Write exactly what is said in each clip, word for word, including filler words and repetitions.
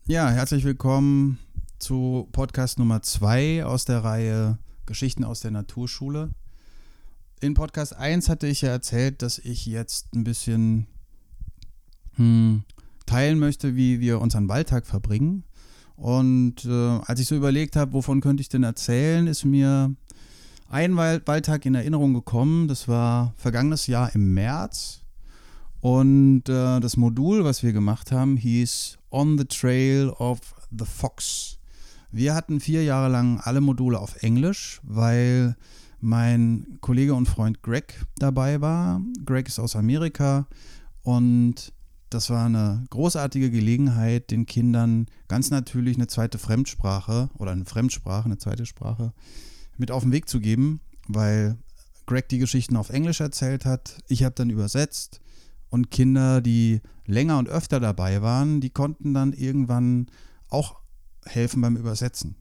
Ja, herzlich willkommen zu Podcast Nummer zwei aus der Reihe Geschichten aus der Naturschule. In Podcast eins hatte ich ja erzählt, dass ich jetzt ein bisschen hm, teilen möchte, wie wir unseren Wahltag verbringen. Und äh, als ich so überlegt habe, wovon könnte ich denn erzählen, ist mir ein Wahl- Wahltag in Erinnerung gekommen. Das war vergangenes Jahr im März. Und äh, das Modul, was wir gemacht haben, hieß On the Trail of the Fox. Wir hatten vier Jahre lang alle Module auf Englisch, weil mein Kollege und Freund Greg dabei war. Greg ist aus Amerika und das war eine großartige Gelegenheit, den Kindern ganz natürlich eine zweite Fremdsprache oder eine Fremdsprache, eine zweite Sprache mit auf den Weg zu geben, weil Greg die Geschichten auf Englisch erzählt hat. Ich habe dann übersetzt. Und Kinder, die länger und öfter dabei waren, die konnten dann irgendwann auch helfen beim Übersetzen.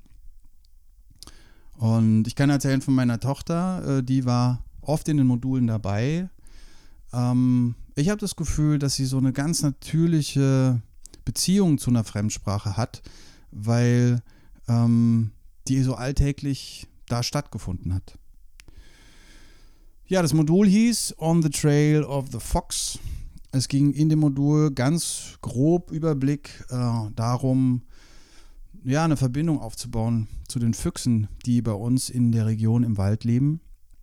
Und ich kann erzählen von meiner Tochter, die war oft in den Modulen dabei. Ich habe das Gefühl, dass sie so eine ganz natürliche Beziehung zu einer Fremdsprache hat, weil die so alltäglich da stattgefunden hat. Ja, das Modul hieß On the Trail of the Fox. Es ging in dem Modul ganz grob Überblick äh, darum, ja, eine Verbindung aufzubauen zu den Füchsen, die bei uns in der Region im Wald leben.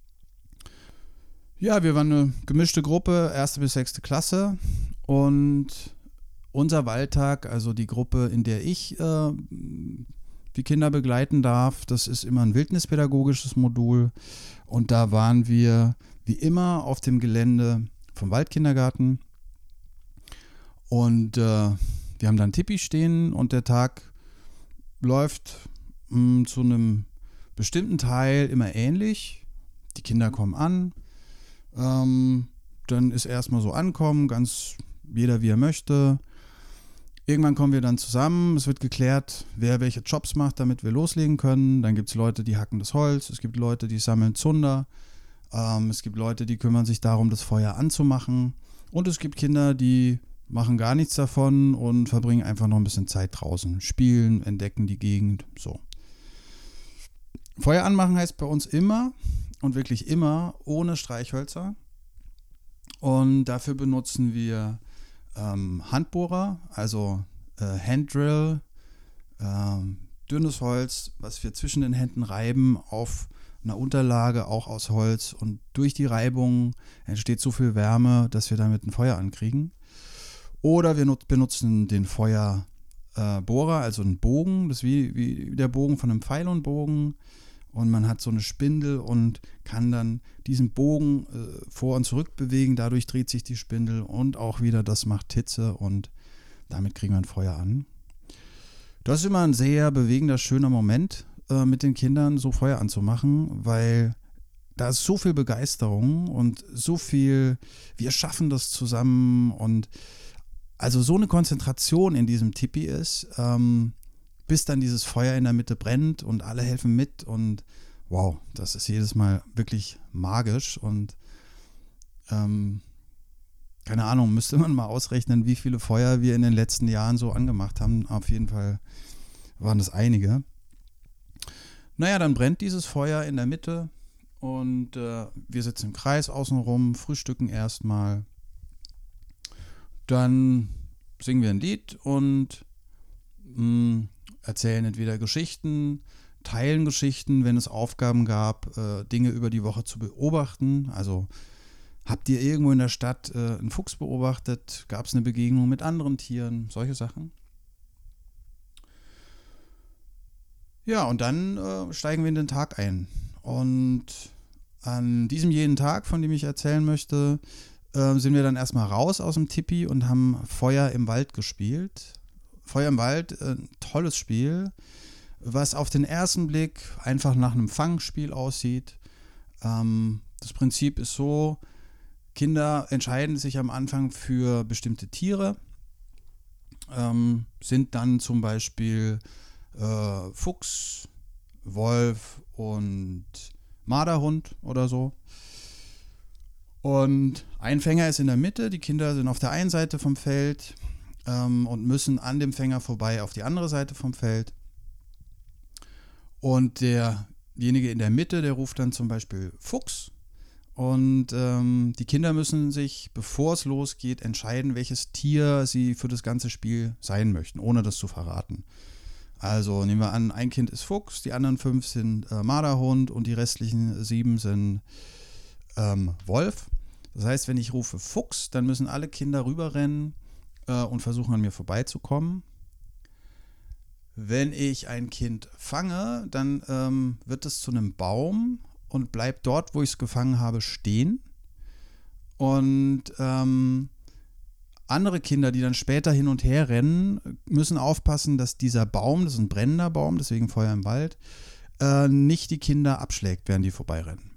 Ja, wir waren eine gemischte Gruppe, erste bis sechste Klasse, und unser Wahltag, also die Gruppe, in der ich äh, die Kinder begleiten darf, das ist immer ein wildnispädagogisches Modul, und da waren wir wie immer auf dem Gelände vom Waldkindergarten. Und äh, wir haben dann Tipi stehen und der Tag läuft mh, zu einem bestimmten Teil immer ähnlich. Die Kinder kommen an, ähm, dann ist erstmal so ankommen, ganz jeder wie er möchte. Irgendwann kommen wir dann zusammen, es wird geklärt, wer welche Jobs macht, damit wir loslegen können. Dann gibt es Leute, die hacken das Holz, es gibt Leute, die sammeln Zunder, ähm, es gibt Leute, die kümmern sich darum, das Feuer anzumachen. Und es gibt Kinder, die machen gar nichts davon und verbringen einfach noch ein bisschen Zeit draußen. Spielen, entdecken die Gegend, so. Feuer anmachen heißt bei uns immer und wirklich immer ohne Streichhölzer. Und dafür benutzen wir ähm, Handbohrer, also äh, Handdrill, äh, dünnes Holz, was wir zwischen den Händen reiben auf einer Unterlage, auch aus Holz. Und durch die Reibung entsteht so viel Wärme, dass wir damit ein Feuer ankriegen. Oder wir nut- benutzen den Feuerbohrer, äh, also einen Bogen, das ist wie, wie der Bogen von einem Pfeil und Bogen. Und man hat so eine Spindel und kann dann diesen Bogen äh, vor und zurück bewegen. Dadurch dreht sich die Spindel und auch wieder, das macht Hitze und damit kriegen wir ein Feuer an. Das ist immer ein sehr bewegender, schöner Moment, äh, mit den Kindern so Feuer anzumachen, weil da ist so viel Begeisterung und so viel, wir schaffen das zusammen, und also so eine Konzentration in diesem Tipi ist, ähm, bis dann dieses Feuer in der Mitte brennt und alle helfen mit, und wow, das ist jedes Mal wirklich magisch. Und ähm, keine Ahnung, müsste man mal ausrechnen, wie viele Feuer wir in den letzten Jahren so angemacht haben. Auf jeden Fall waren das einige. Naja, dann brennt dieses Feuer in der Mitte und äh, wir sitzen im Kreis außenrum, frühstücken erstmal. Dann singen wir ein Lied und mh, erzählen entweder Geschichten, teilen Geschichten, wenn es Aufgaben gab, äh, Dinge über die Woche zu beobachten. Also habt ihr irgendwo in der Stadt äh, einen Fuchs beobachtet? Gab es eine Begegnung mit anderen Tieren? Solche Sachen. Ja, und dann äh, steigen wir in den Tag ein. Und an diesem jenen Tag, von dem ich erzählen möchte, äh, sind wir dann erstmal raus aus dem Tipi und haben Feuer im Wald gespielt. Feuer im Wald, äh, ein tolles Spiel, was auf den ersten Blick einfach nach einem Fangspiel aussieht. Ähm, das Prinzip ist so, Kinder entscheiden sich am Anfang für bestimmte Tiere, ähm, sind dann zum Beispiel äh, Fuchs, Wolf und Marderhund oder so. Und ein Fänger ist in der Mitte, die Kinder sind auf der einen Seite vom Feld, ähm, und müssen an dem Fänger vorbei auf die andere Seite vom Feld. Und derjenige in der Mitte, der ruft dann zum Beispiel Fuchs. Und ähm, die Kinder müssen sich, bevor es losgeht, entscheiden, welches Tier sie für das ganze Spiel sein möchten, ohne das zu verraten. Also nehmen wir an, ein Kind ist Fuchs, die anderen fünf sind äh, Marderhund und die restlichen sieben sind ähm, Wolf. Das heißt, wenn ich rufe Fuchs, dann müssen alle Kinder rüberrennen äh, und versuchen, an mir vorbeizukommen. Wenn ich ein Kind fange, dann ähm, wird es zu einem Baum und bleibt dort, wo ich es gefangen habe, stehen. Und ähm, andere Kinder, die dann später hin und her rennen, müssen aufpassen, dass dieser Baum, das ist ein brennender Baum, deswegen Feuer im Wald, äh, nicht die Kinder abschlägt, während die vorbeirennen.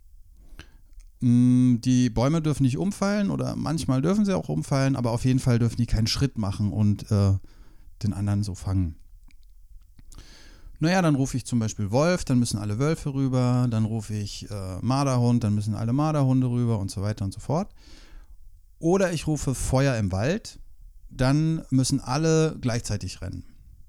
Mm, die Bäume dürfen nicht umfallen oder manchmal dürfen sie auch umfallen, aber auf jeden Fall dürfen die keinen Schritt machen und äh, den anderen so fangen. Naja, dann rufe ich zum Beispiel Wolf, dann müssen alle Wölfe rüber, dann rufe ich äh, Marderhund, dann müssen alle Marderhunde rüber und so weiter und so fort. Oder ich rufe Feuer im Wald, dann müssen alle gleichzeitig rennen.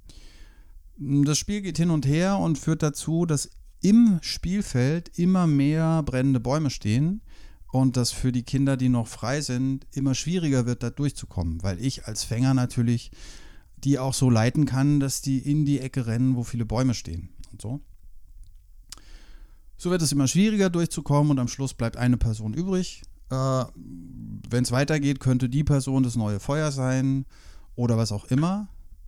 Das Spiel geht hin und her und führt dazu, dass im Spielfeld immer mehr brennende Bäume stehen und dass für die Kinder, die noch frei sind, immer schwieriger wird, da durchzukommen, weil ich als Fänger natürlich die auch so leiten kann, dass die in die Ecke rennen, wo viele Bäume stehen und so. So wird es immer schwieriger durchzukommen und am Schluss bleibt eine Person übrig. Äh, wenn es weitergeht, könnte die Person das neue Feuer sein oder was auch immer.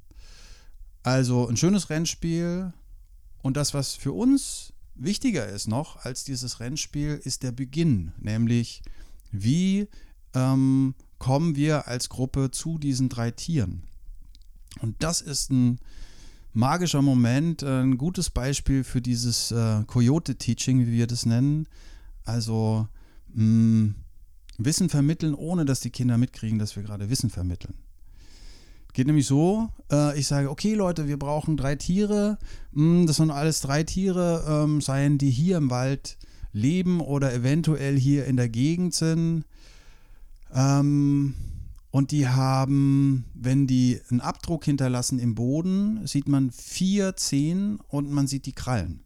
Also ein schönes Rennspiel und das, was für uns wichtiger ist noch als dieses Rennspiel, ist der Beginn, nämlich wie ähm, kommen wir als Gruppe zu diesen drei Tieren. Und das ist ein magischer Moment, ein gutes Beispiel für dieses äh, Coyote-Teaching, wie wir das nennen. Also mh, Wissen vermitteln, ohne dass die Kinder mitkriegen, dass wir gerade Wissen vermitteln. Geht nämlich so, äh, ich sage, okay Leute, wir brauchen drei Tiere. Mh, das sollen alles drei Tiere ähm, sein, die hier im Wald leben oder eventuell hier in der Gegend sind. Ähm... Und die haben, wenn die einen Abdruck hinterlassen im Boden, sieht man vier Zehen und man sieht die Krallen.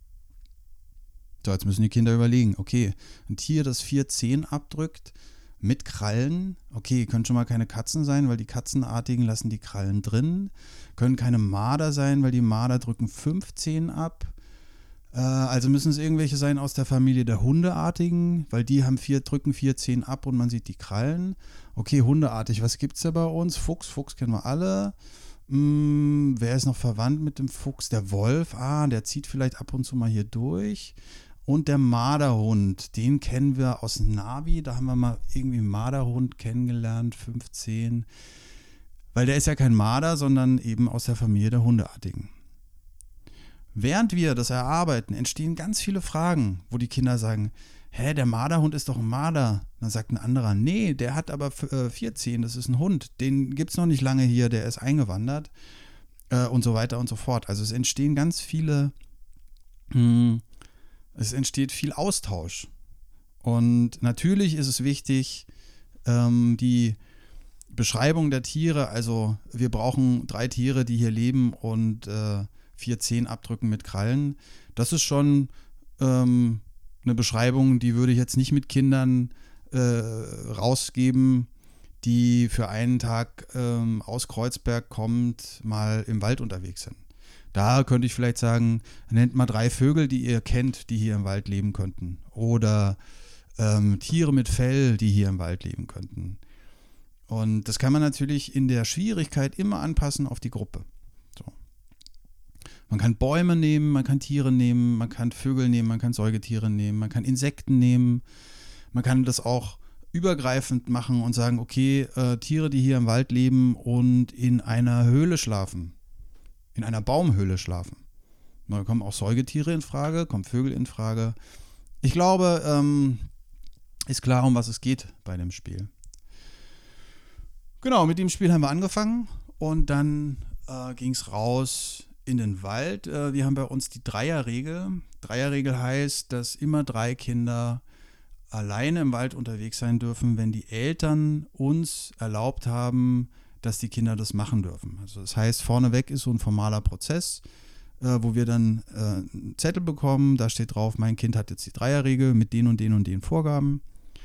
So, jetzt müssen die Kinder überlegen, okay, ein Tier, das vier Zehen abdrückt mit Krallen, okay, können schon mal keine Katzen sein, weil die Katzenartigen lassen die Krallen drin, können keine Marder sein, weil die Marder drücken fünf Zehen ab. Also müssen es irgendwelche sein aus der Familie der Hundeartigen, weil die haben vier, drücken vier Zehen ab und man sieht die Krallen. Okay, hundeartig, was gibt es da bei uns? Fuchs, Fuchs kennen wir alle. Hm, wer ist noch verwandt mit dem Fuchs? Der Wolf, ah, der zieht vielleicht ab und zu mal hier durch. Und der Marderhund, den kennen wir aus Navi, da haben wir mal irgendwie einen Marderhund kennengelernt, fünf Zehen. Weil der ist ja kein Marder, sondern eben aus der Familie der Hundeartigen. Während wir das erarbeiten, entstehen ganz viele Fragen, wo die Kinder sagen, hä, der Marderhund ist doch ein Marder. Dann sagt ein anderer, nee, der hat aber äh, vier Zehen, das ist ein Hund. Den gibt es noch nicht lange hier, der ist eingewandert äh, und so weiter und so fort. Also es entstehen ganz viele, mh, es entsteht viel Austausch. Und natürlich ist es wichtig, ähm, die Beschreibung der Tiere, also wir brauchen drei Tiere, die hier leben und äh, vier Zehen abdrücken mit Krallen. Das ist schon ähm, eine Beschreibung, die würde ich jetzt nicht mit Kindern äh, rausgeben, die für einen Tag ähm, aus Kreuzberg kommt, mal im Wald unterwegs sind. Da könnte ich vielleicht sagen, nennt mal drei Vögel, die ihr kennt, die hier im Wald leben könnten. Oder ähm, Tiere mit Fell, die hier im Wald leben könnten. Und das kann man natürlich in der Schwierigkeit immer anpassen auf die Gruppe. So. Man kann Bäume nehmen, man kann Tiere nehmen, man kann Vögel nehmen, man kann Säugetiere nehmen, man kann Insekten nehmen. Man kann das auch übergreifend machen und sagen, okay, äh, Tiere, die hier im Wald leben und in einer Höhle schlafen, in einer Baumhöhle schlafen. Da kommen auch Säugetiere in Frage, kommen Vögel in Frage. Ich glaube, ähm, ist klar, um was es geht bei dem Spiel. Genau, mit dem Spiel haben wir angefangen und dann äh, ging es raus in den Wald. Äh, wir haben bei uns die Dreierregel. Dreierregel heißt, dass immer drei Kinder alleine im Wald unterwegs sein dürfen, wenn die Eltern uns erlaubt haben, dass die Kinder das machen dürfen. Also das heißt, vorneweg ist so ein formaler Prozess, äh, wo wir dann äh, einen Zettel bekommen, da steht drauf, mein Kind hat jetzt die Dreierregel mit den und den und den Vorgaben.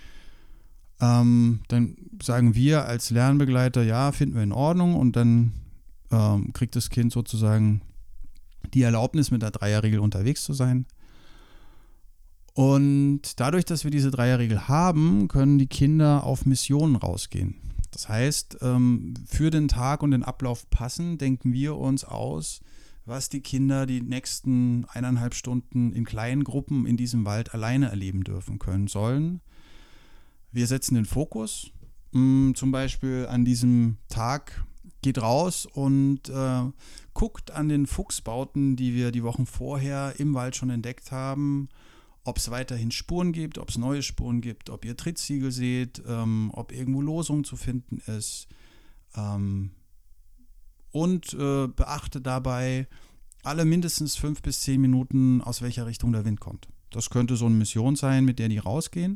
Ähm, dann sagen wir als Lernbegleiter, ja, finden wir in Ordnung, und dann ähm, kriegt das Kind sozusagen die Erlaubnis, mit der Dreierregel unterwegs zu sein. Und dadurch, dass wir diese Dreierregel haben, können die Kinder auf Missionen rausgehen. Das heißt, ähm, für den Tag und den Ablauf passend denken wir uns aus, was die Kinder die nächsten eineinhalb Stunden in kleinen Gruppen in diesem Wald alleine erleben dürfen können sollen. Wir setzen den Fokus, mh, zum Beispiel an diesem Tag, geht raus und äh, guckt an den Fuchsbauten, die wir die Wochen vorher im Wald schon entdeckt haben, ob es weiterhin Spuren gibt, ob es neue Spuren gibt, ob ihr Trittsiegel seht, ähm, ob irgendwo Losung zu finden ist. Ähm, und äh, beachte dabei alle mindestens fünf bis zehn Minuten, aus welcher Richtung der Wind kommt. Das könnte so eine Mission sein, mit der die rausgehen.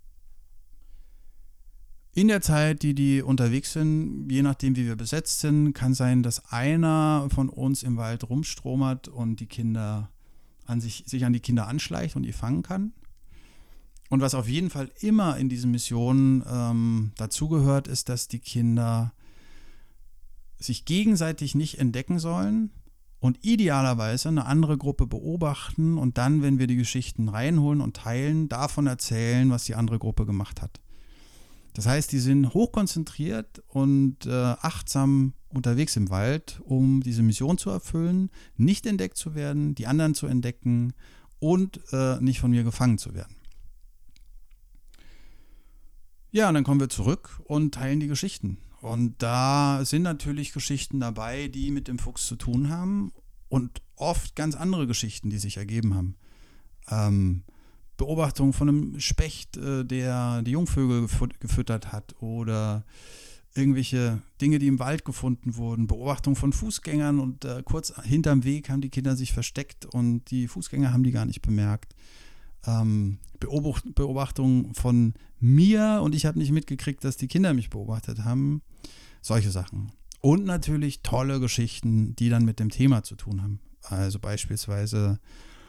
In der Zeit, die die unterwegs sind, je nachdem wie wir besetzt sind, kann sein, dass einer von uns im Wald rumstromert und die Kinder an sich, sich an die Kinder anschleicht und die fangen kann. Und was auf jeden Fall immer in diesen Missionen ähm, dazugehört, ist, dass die Kinder sich gegenseitig nicht entdecken sollen und idealerweise eine andere Gruppe beobachten und dann, wenn wir die Geschichten reinholen und teilen, davon erzählen, was die andere Gruppe gemacht hat. Das heißt, die sind hochkonzentriert und äh, achtsam unterwegs im Wald, um diese Mission zu erfüllen, nicht entdeckt zu werden, die anderen zu entdecken und äh, nicht von mir gefangen zu werden. Ja, und dann kommen wir zurück und teilen die Geschichten. Und da sind natürlich Geschichten dabei, die mit dem Fuchs zu tun haben, und oft ganz andere Geschichten, die sich ergeben haben. Ähm, Beobachtung von einem Specht, äh, der die Jungvögel gefut- gefüttert hat, oder irgendwelche Dinge, die im Wald gefunden wurden, Beobachtung von Fußgängern, und äh, kurz hinterm Weg haben die Kinder sich versteckt und die Fußgänger haben die gar nicht bemerkt. Ähm, Beobacht- Beobachtung von mir und ich habe nicht mitgekriegt, dass die Kinder mich beobachtet haben. Solche Sachen. Und natürlich tolle Geschichten, die dann mit dem Thema zu tun haben. Also beispielsweise,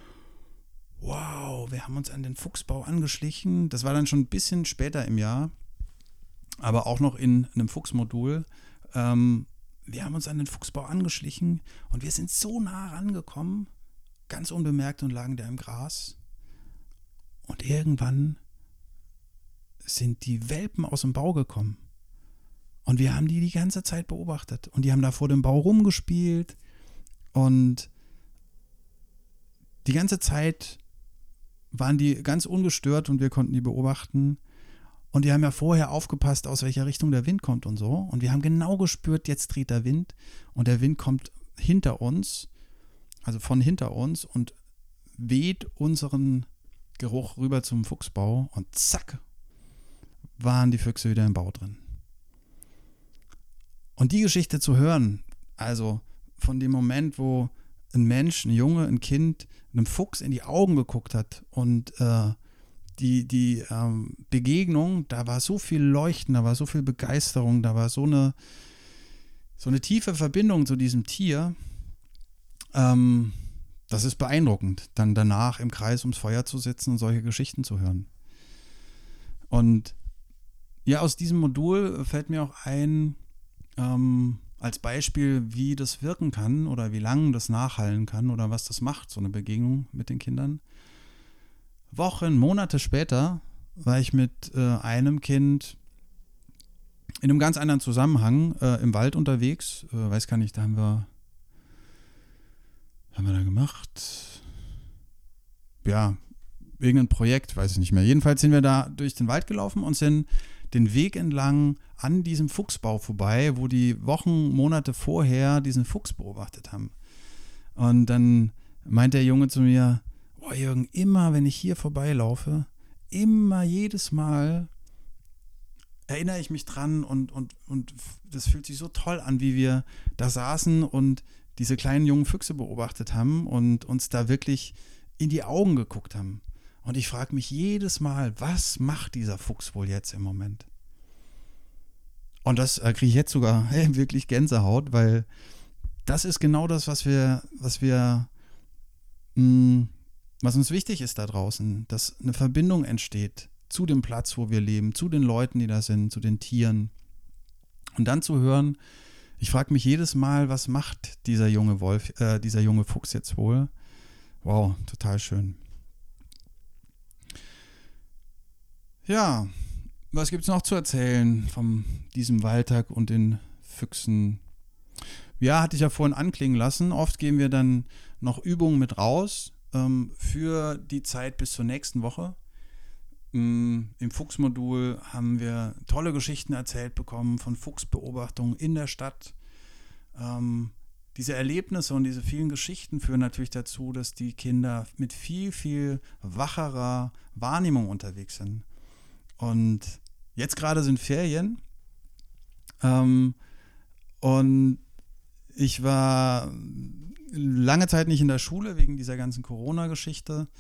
wow, wir haben uns an den Fuchsbau angeschlichen. Das war dann schon ein bisschen später im Jahr, aber auch noch in einem Fuchsmodul. Ähm, wir haben uns an den Fuchsbau angeschlichen und wir sind so nah rangekommen, ganz unbemerkt, und lagen da im Gras. Und irgendwann sind die Welpen aus dem Bau gekommen. Und wir haben die die ganze Zeit beobachtet. Und die haben da vor dem Bau rumgespielt. Und die ganze Zeit waren die ganz ungestört und wir konnten die beobachten. Und die haben ja vorher aufgepasst, aus welcher Richtung der Wind kommt und so. Und wir haben genau gespürt, jetzt dreht der Wind. Und der Wind kommt hinter uns, also von hinter uns, und weht unseren Geruch rüber zum Fuchsbau. Und zack, waren die Füchse wieder im Bau drin. Und die Geschichte zu hören, also von dem Moment, wo ein Mensch, ein Junge, ein Kind einem Fuchs in die Augen geguckt hat und äh, die, die ähm, Begegnung, da war so viel Leuchten, da war so viel Begeisterung, da war so eine, so eine tiefe Verbindung zu diesem Tier. Ähm, das ist beeindruckend, dann danach im Kreis ums Feuer zu sitzen und solche Geschichten zu hören. Und ja, aus diesem Modul fällt mir auch ein, ähm, als Beispiel, wie das wirken kann oder wie lange das nachhallen kann oder was das macht, so eine Begegnung mit den Kindern. Wochen, Monate später war ich mit äh, einem Kind in einem ganz anderen Zusammenhang äh, im Wald unterwegs. Äh, weiß gar nicht, da haben wir, haben wir da gemacht? Ja, irgendein Projekt, weiß ich nicht mehr. Jedenfalls sind wir da durch den Wald gelaufen und sind den Weg entlang an diesem Fuchsbau vorbei, wo die Wochen, Monate vorher diesen Fuchs beobachtet haben. Und dann meint der Junge zu mir, boah Jürgen, immer wenn ich hier vorbeilaufe, immer jedes Mal erinnere ich mich dran und, und, und das fühlt sich so toll an, wie wir da saßen und diese kleinen jungen Füchse beobachtet haben und uns da wirklich in die Augen geguckt haben. Und ich frage mich jedes Mal, was macht dieser Fuchs wohl jetzt im Moment? Und das äh, kriege ich jetzt sogar hey, wirklich Gänsehaut, weil das ist genau das, was wir, was wir, mh, was uns wichtig ist da draußen, dass eine Verbindung entsteht zu dem Platz, wo wir leben, zu den Leuten, die da sind, zu den Tieren. Und dann zu hören, ich frage mich jedes Mal, was macht dieser junge Wolf, äh, dieser junge Fuchs jetzt wohl? Wow, total schön. Ja, was gibt es noch zu erzählen von diesem Waldtag und den Füchsen? Ja, hatte ich ja vorhin anklingen lassen. Oft geben wir dann noch Übungen mit raus ähm, für die Zeit bis zur nächsten Woche. Ähm, Im Fuchsmodul haben wir tolle Geschichten erzählt bekommen von Fuchsbeobachtungen in der Stadt. Ähm, diese Erlebnisse und diese vielen Geschichten führen natürlich dazu, dass die Kinder mit viel, viel wacherer Wahrnehmung unterwegs sind. Und jetzt gerade sind Ferien ähm, und ich war lange Zeit nicht in der Schule wegen dieser ganzen Corona-Geschichte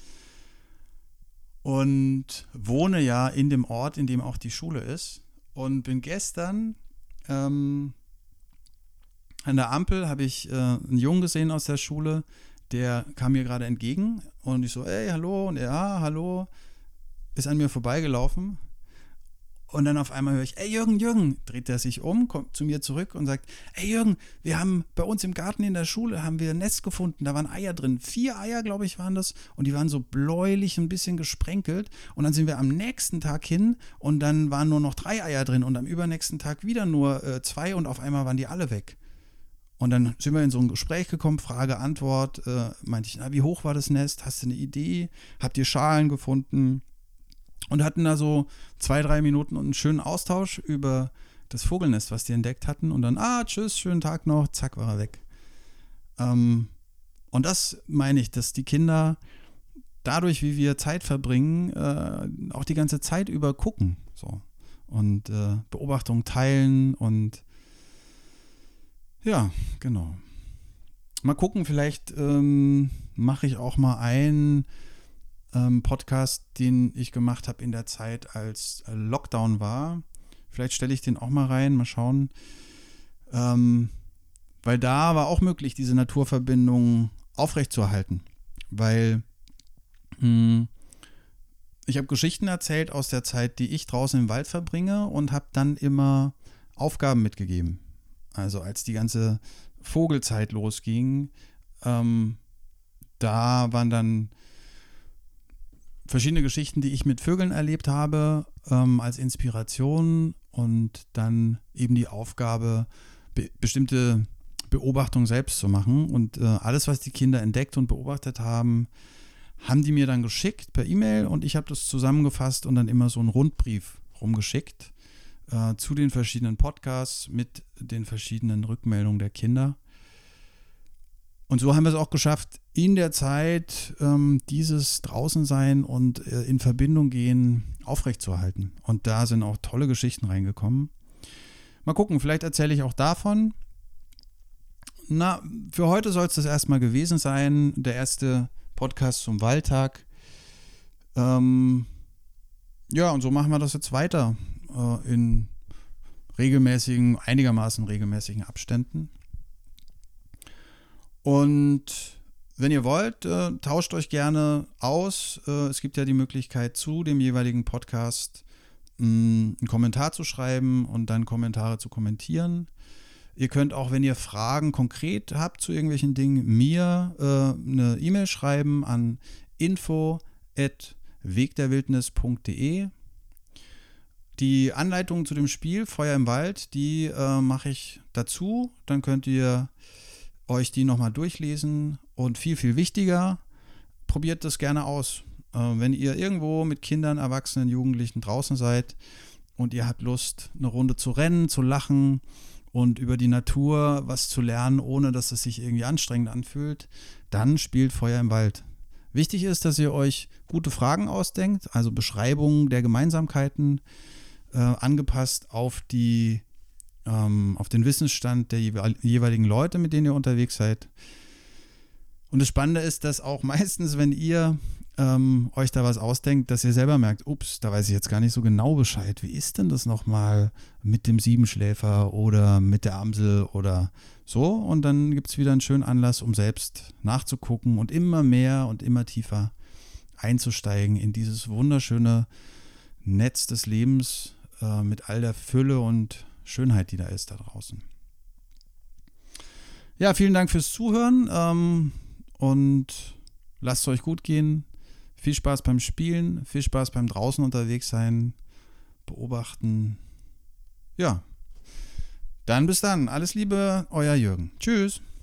und wohne ja in dem Ort, in dem auch die Schule ist und bin gestern ähm, an der Ampel, habe ich äh, einen Jungen gesehen aus der Schule, der kam mir gerade entgegen und ich so, ey, hallo, und er, ja, hallo, ist an mir vorbeigelaufen. Und dann auf einmal höre ich, ey Jürgen, Jürgen, dreht er sich um, kommt zu mir zurück und sagt, ey Jürgen, wir haben bei uns im Garten in der Schule, haben wir ein Nest gefunden, da waren Eier drin, vier Eier, glaube ich, waren das, und die waren so bläulich, ein bisschen gesprenkelt, und dann sind wir am nächsten Tag hin und dann waren nur noch drei Eier drin und am übernächsten Tag wieder nur äh, zwei und auf einmal waren die alle weg. Und dann sind wir in so ein Gespräch gekommen, Frage, Antwort, äh, meinte ich, na, wie hoch war das Nest, hast du eine Idee, habt ihr Schalen gefunden? Und hatten da so zwei, drei Minuten und einen schönen Austausch über das Vogelnest, was die entdeckt hatten. Und dann, ah, tschüss, schönen Tag noch, zack, war er weg. Ähm, und das meine ich, dass die Kinder dadurch, wie wir Zeit verbringen, äh, auch die ganze Zeit über gucken. So. Und äh, Beobachtungen teilen und ja, genau. Mal gucken, vielleicht ähm, mache ich auch mal einen Ähm, Podcast, den ich gemacht habe in der Zeit, als äh, Lockdown war. Vielleicht stelle ich den auch mal rein, mal schauen. Ähm, weil da war auch möglich, diese Naturverbindung aufrechtzuerhalten. Weil mh, ich habe Geschichten erzählt aus der Zeit, die ich draußen im Wald verbringe, und habe dann immer Aufgaben mitgegeben. Also als die ganze Vogelzeit losging, ähm, da waren dann verschiedene Geschichten, die ich mit Vögeln erlebt habe, ähm, als Inspiration, und dann eben die Aufgabe, be- bestimmte Beobachtungen selbst zu machen. Und äh, alles, was die Kinder entdeckt und beobachtet haben, haben die mir dann geschickt per E-Mail, und ich habe das zusammengefasst und dann immer so einen Rundbrief rumgeschickt äh, zu den verschiedenen Podcasts mit den verschiedenen Rückmeldungen der Kinder. Und so haben wir es auch geschafft, in der Zeit ähm, dieses Draußensein und äh, in Verbindung gehen aufrechtzuerhalten. Und da sind auch tolle Geschichten reingekommen. Mal gucken, vielleicht erzähle ich auch davon. Na, für heute soll es das erstmal gewesen sein. Der erste Podcast zum Waldtag. Ähm, ja, und so machen wir das jetzt weiter äh, in regelmäßigen, einigermaßen regelmäßigen Abständen. Und wenn ihr wollt, äh, tauscht euch gerne aus. Äh, es gibt ja die Möglichkeit, zu dem jeweiligen Podcast mh, einen Kommentar zu schreiben und dann Kommentare zu kommentieren. Ihr könnt auch, wenn ihr Fragen konkret habt zu irgendwelchen Dingen, mir äh, eine E-Mail schreiben an info at wegderwildnis punkt de. Die Anleitung zu dem Spiel Feuer im Wald, die äh, mache ich dazu. Dann könnt ihr euch die nochmal durchlesen, und viel, viel wichtiger, probiert das gerne aus. Äh, wenn ihr irgendwo mit Kindern, Erwachsenen, Jugendlichen draußen seid und ihr habt Lust, eine Runde zu rennen, zu lachen und über die Natur was zu lernen, ohne dass es sich irgendwie anstrengend anfühlt, dann spielt Feuer im Wald. Wichtig ist, dass ihr euch gute Fragen ausdenkt, also Beschreibungen der Gemeinsamkeiten, äh, angepasst auf die auf den Wissensstand der jeweiligen Leute, mit denen ihr unterwegs seid. Und das Spannende ist, dass auch meistens, wenn ihr ähm, euch da was ausdenkt, dass ihr selber merkt, ups, da weiß ich jetzt gar nicht so genau Bescheid. Wie ist denn das nochmal mit dem Siebenschläfer oder mit der Amsel oder so? Und dann gibt es wieder einen schönen Anlass, um selbst nachzugucken und immer mehr und immer tiefer einzusteigen in dieses wunderschöne Netz des Lebens äh, mit all der Fülle und Schönheit, die da ist da draußen. Ja, vielen Dank fürs Zuhören ähm, und lasst es euch gut gehen. Viel Spaß beim Spielen, viel Spaß beim draußen unterwegs sein, beobachten. Ja, dann bis dann. Alles Liebe, euer Jürgen. Tschüss.